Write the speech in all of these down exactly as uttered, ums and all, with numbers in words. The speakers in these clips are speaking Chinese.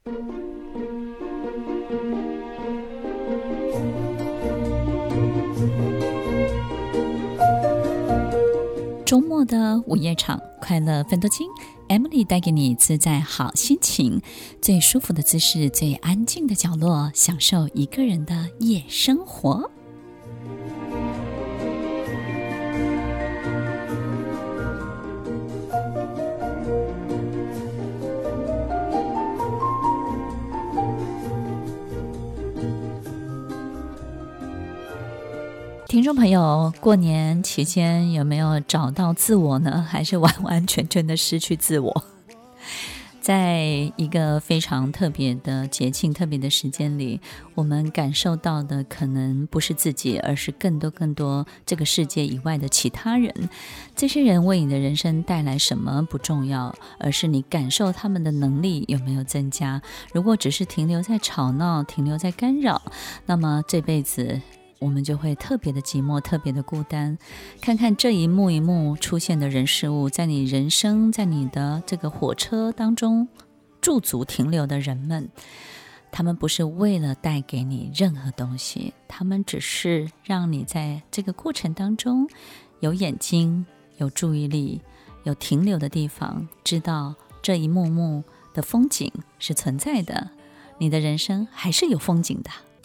周末的午夜场，快乐分多金 Emily 带给你自在好心情，最舒服的姿势，最安静的角落，享受一个人的夜生活。听众朋友，过年期间有没有找到自我呢？还是完完全全的失去自我？在一个非常特别的节庆、特别的时间里，我们感受到的可能不是自己，而是更多更多这个世界以外的其他人。这些人为你的人生带来什么不重要，而是你感受他们的能力有没有增加。如果只是停留在吵闹、停留在干扰，那么这辈子我们就会特别的寂寞，特别的孤单。看看这一幕一幕出现的人事物，在你人生，在你的这个火车当中驻足停留的人们，他们不是为了带给你任何东西，他们只是让你在这个过程当中有眼睛，有注意力，有停留的地方，知道这一幕幕的风景是存在的，你的人生还是有风景的。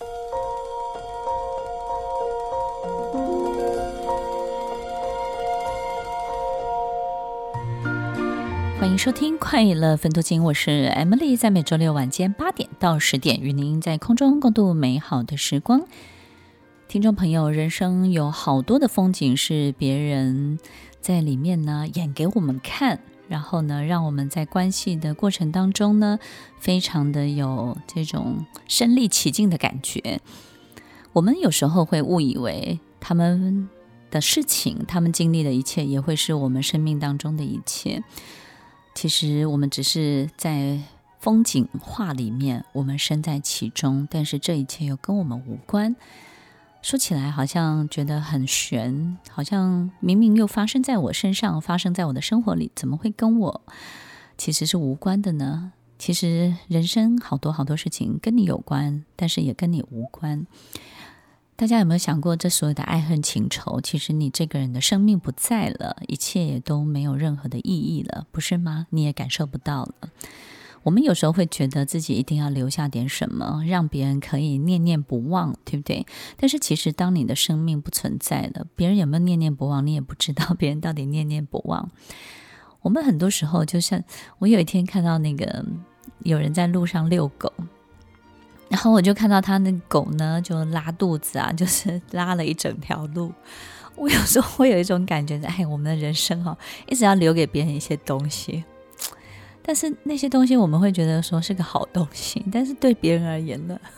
欢迎收听快乐分多金，我是 Emily， 在每周六晚间八点到十点与您在空中共度美好的时光。听众朋友，人生有好多的风景是别人在里面呢演给我们看，然后呢让我们在关系的过程当中呢非常的有这种身临其境的感觉。我们有时候会误以为他们的事情，他们经历的一切也会是我们生命当中的一切，其实我们只是在风景画里面，我们身在其中，但是这一切又跟我们无关。说起来好像觉得很悬，好像明明又发生在我身上，发生在我的生活里，怎么会跟我其实是无关的呢？其实人生好多好多事情跟你有关，但是也跟你无关。大家有没有想过，这所有的爱恨情仇，其实你这个人的生命不在了，一切也都没有任何的意义了，不是吗？你也感受不到了。我们有时候会觉得自己一定要留下点什么，让别人可以念念不忘，对不对？但是其实当你的生命不存在了，别人有没有念念不忘，你也不知道别人到底念念不忘。我们很多时候就像我有一天看到那个有人在路上遛狗，然后我就看到他那狗呢就拉肚子啊，就是拉了一整条路。我有时候会有一种感觉，哎，我们的人生哦，一直要留给别人一些东西，但是那些东西我们会觉得说是个好东西，但是对别人而言呢，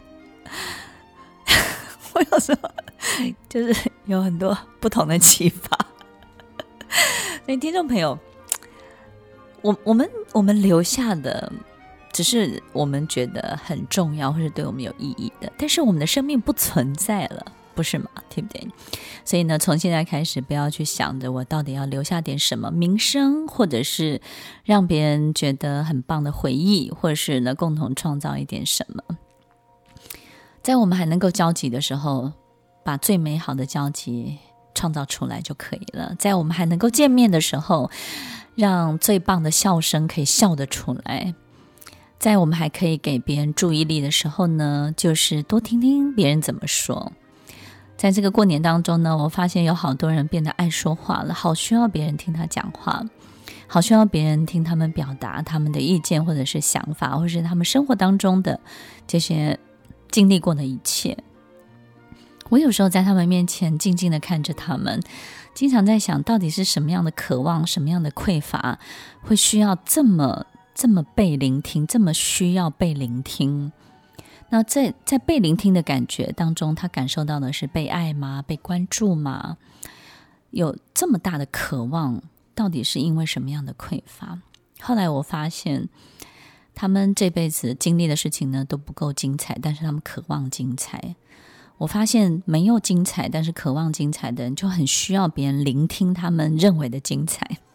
我有时候就是有很多不同的启发。所以听众朋友，我我们我们留下的只是我们觉得很重要或是对我们有意义的，但是我们的生命不存在了，不是吗？对不对？所以呢，从现在开始不要去想着我到底要留下点什么名声，或者是让别人觉得很棒的回忆，或者是呢共同创造一点什么。在我们还能够交集的时候，把最美好的交集创造出来就可以了。在我们还能够见面的时候，让最棒的笑声可以笑得出来。在我们还可以给别人注意力的时候呢，就是多听听别人怎么说。在这个过年当中呢，我发现有好多人变得爱说话了，好需要别人听他讲话，好需要别人听他们表达他们的意见或者是想法，或是他们生活当中的这些经历过的一切。我有时候在他们面前静静地看着他们，经常在想到底是什么样的渴望，什么样的匮乏会需要这么这么被聆听，这么需要被聆听。那在在被聆听的感觉当中，他感受到的是被爱吗？被关注吗？有这么大的渴望，到底是因为什么样的匮乏？后来我发现他们这辈子经历的事情呢都不够精彩，但是他们渴望精彩。我发现没有精彩但是渴望精彩的人，就很需要别人聆听他们认为的精彩。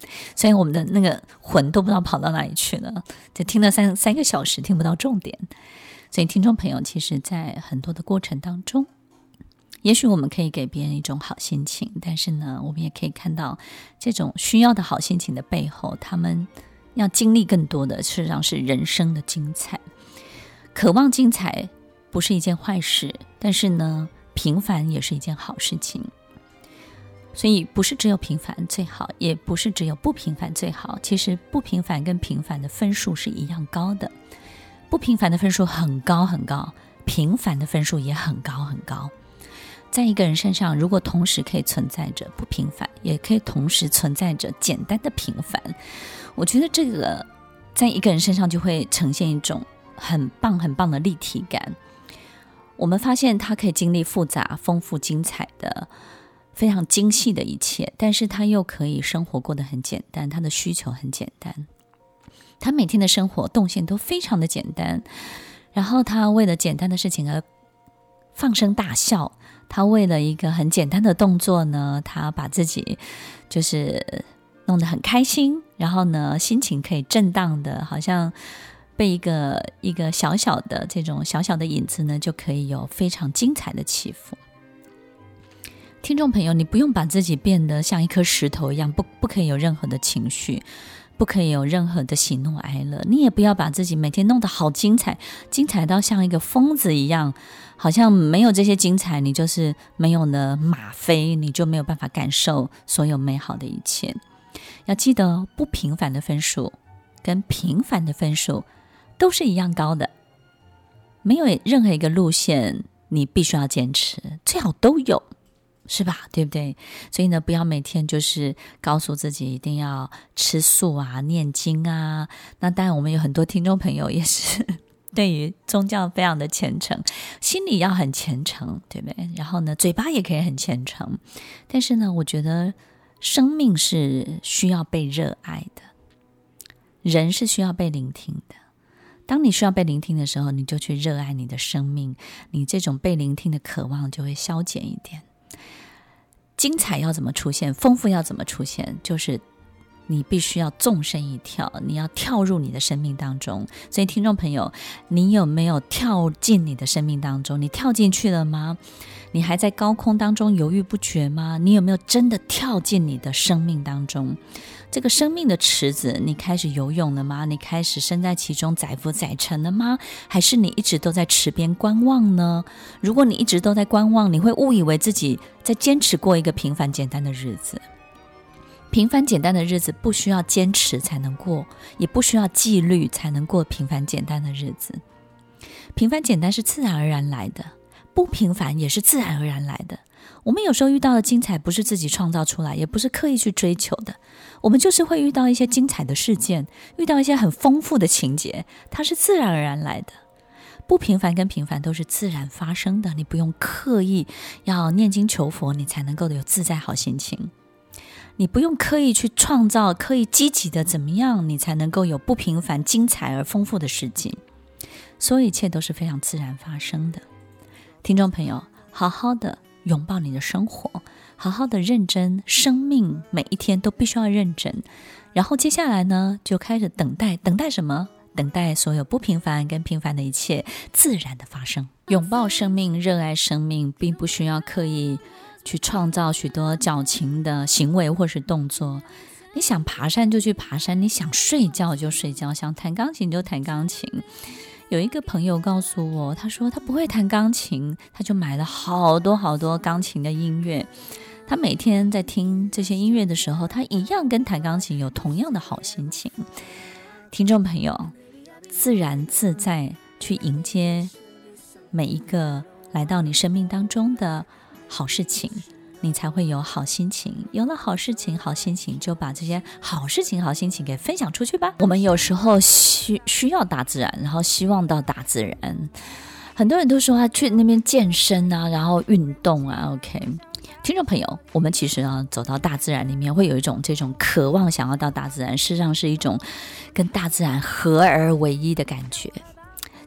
所以我们的那个魂都不知道跑到哪里去了，就听了三三个小时听不到重点。所以听众朋友，其实在很多的过程当中，也许我们可以给别人一种好心情，但是呢，我们也可以看到这种需要的好心情的背后，他们要经历更多的，事实上是人生的精彩。渴望精彩不是一件坏事，但是呢，平凡也是一件好事情。所以不是只有平凡最好，也不是只有不平凡最好，其实不平凡跟平凡的分数是一样高的。不平凡的分数很高很高，平凡的分数也很高很高。在一个人身上，如果同时可以存在着不平凡，也可以同时存在着简单的平凡，我觉得这个在一个人身上就会呈现一种很棒很棒的立体感。我们发现他可以经历复杂、丰富、精彩的非常精细的一切，但是他又可以生活过得很简单，他的需求很简单，他每天的生活动线都非常的简单，然后他为了简单的事情而放声大笑，他为了一个很简单的动作呢，他把自己就是弄得很开心，然后呢心情可以震荡的，好像被一个一个小小的这种小小的影子呢，就可以有非常精彩的起伏。听众朋友，你不用把自己变得像一颗石头一样，不不可以有任何的情绪，不可以有任何的喜怒哀乐，你也不要把自己每天弄得好精彩，精彩到像一个疯子一样，好像没有这些精彩，你就是没有了吗啡，你就没有办法感受所有美好的一切。要记得，不平凡的分数跟平凡的分数都是一样高的，没有任何一个路线你必须要坚持，最好都有，是吧？对不对？所以呢，不要每天就是告诉自己一定要吃素啊、念经啊。那当然，我们有很多听众朋友也是对于宗教非常的虔诚，心里要很虔诚，对不对？然后呢，嘴巴也可以很虔诚。但是呢，我觉得生命是需要被热爱的，人是需要被聆听的。当你需要被聆听的时候，你就去热爱你的生命，你这种被聆听的渴望就会消减一点。精彩要怎么出现，丰富要怎么出现，就是你必须要纵身一跳，你要跳入你的生命当中。所以听众朋友，你有没有跳进你的生命当中？你跳进去了吗？你还在高空当中犹豫不决吗？你有没有真的跳进你的生命当中？这个生命的池子，你开始游泳了吗？你开始身在其中载浮载沉了吗？还是你一直都在池边观望呢？如果你一直都在观望，你会误以为自己在坚持过一个平凡简单的日子。平凡简单的日子不需要坚持才能过，也不需要纪律才能过平凡简单的日子。平凡简单是自然而然来的，不平凡也是自然而然来的。我们有时候遇到的精彩不是自己创造出来，也不是刻意去追求的，我们就是会遇到一些精彩的事件，遇到一些很丰富的情节，它是自然而然来的。不平凡跟平凡都是自然发生的，你不用刻意要念经求佛，你才能够有自在好心情。你不用刻意去创造，刻意积极的怎么样，你才能够有不平凡、精彩而丰富的事情。所有一切都是非常自然发生的。听众朋友，好好的拥抱你的生活，好好的认真，生命每一天都必须要认真。然后接下来呢，就开始等待，等待什么？等待所有不平凡跟平凡的一切自然的发生。拥抱生命，热爱生命，并不需要刻意去创造许多矫情的行为或是动作。你想爬山就去爬山，你想睡觉就睡觉，想弹钢琴就弹钢琴。有一个朋友告诉我，他说他不会弹钢琴，他就买了好多好多钢琴的音乐。他每天在听这些音乐的时候，他一样跟弹钢琴有同样的好心情。听众朋友，自然自在去迎接每一个来到你生命当中的好事情，你才会有好心情。有了好事情、好心情，就把这些好事情、好心情给分享出去吧。我们有时候需需要大自然，然后希望到大自然。很多人都说他去那边健身啊，然后运动啊。OK， 听众朋友，我们其实啊走到大自然里面，会有一种这种渴望想要到大自然，事实上是一种跟大自然合而为一的感觉。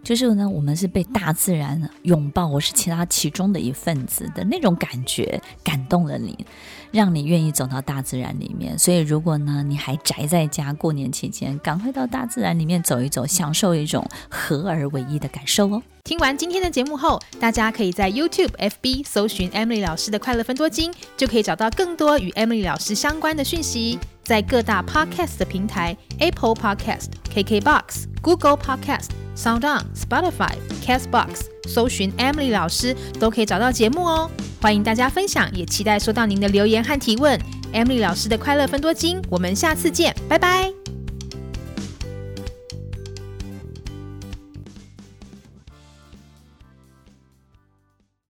就是呢，我们是被大自然拥抱，我是其他其中的一份子的那种感觉，感动了你，让你愿意走到大自然里面。所以如果呢你还宅在家，过年期间赶快到大自然里面走一走，享受一种合而为一的感受哦。 听完今天的节目后，大家可以在 YouTube、F B 搜寻 Emily 老师的快乐分多金，就可以找到更多与 Emily 老师相关的讯息。在各大 Podcast 的平台 Apple Podcast、K K B O X、Google Podcast、SoundOn、Spotify、Castbox 搜寻 Emily 老师都可以找到节目哦。欢迎大家分享，也期待收到您的留言和提问。Emily 老师的快乐分多金，我们下次见，拜拜。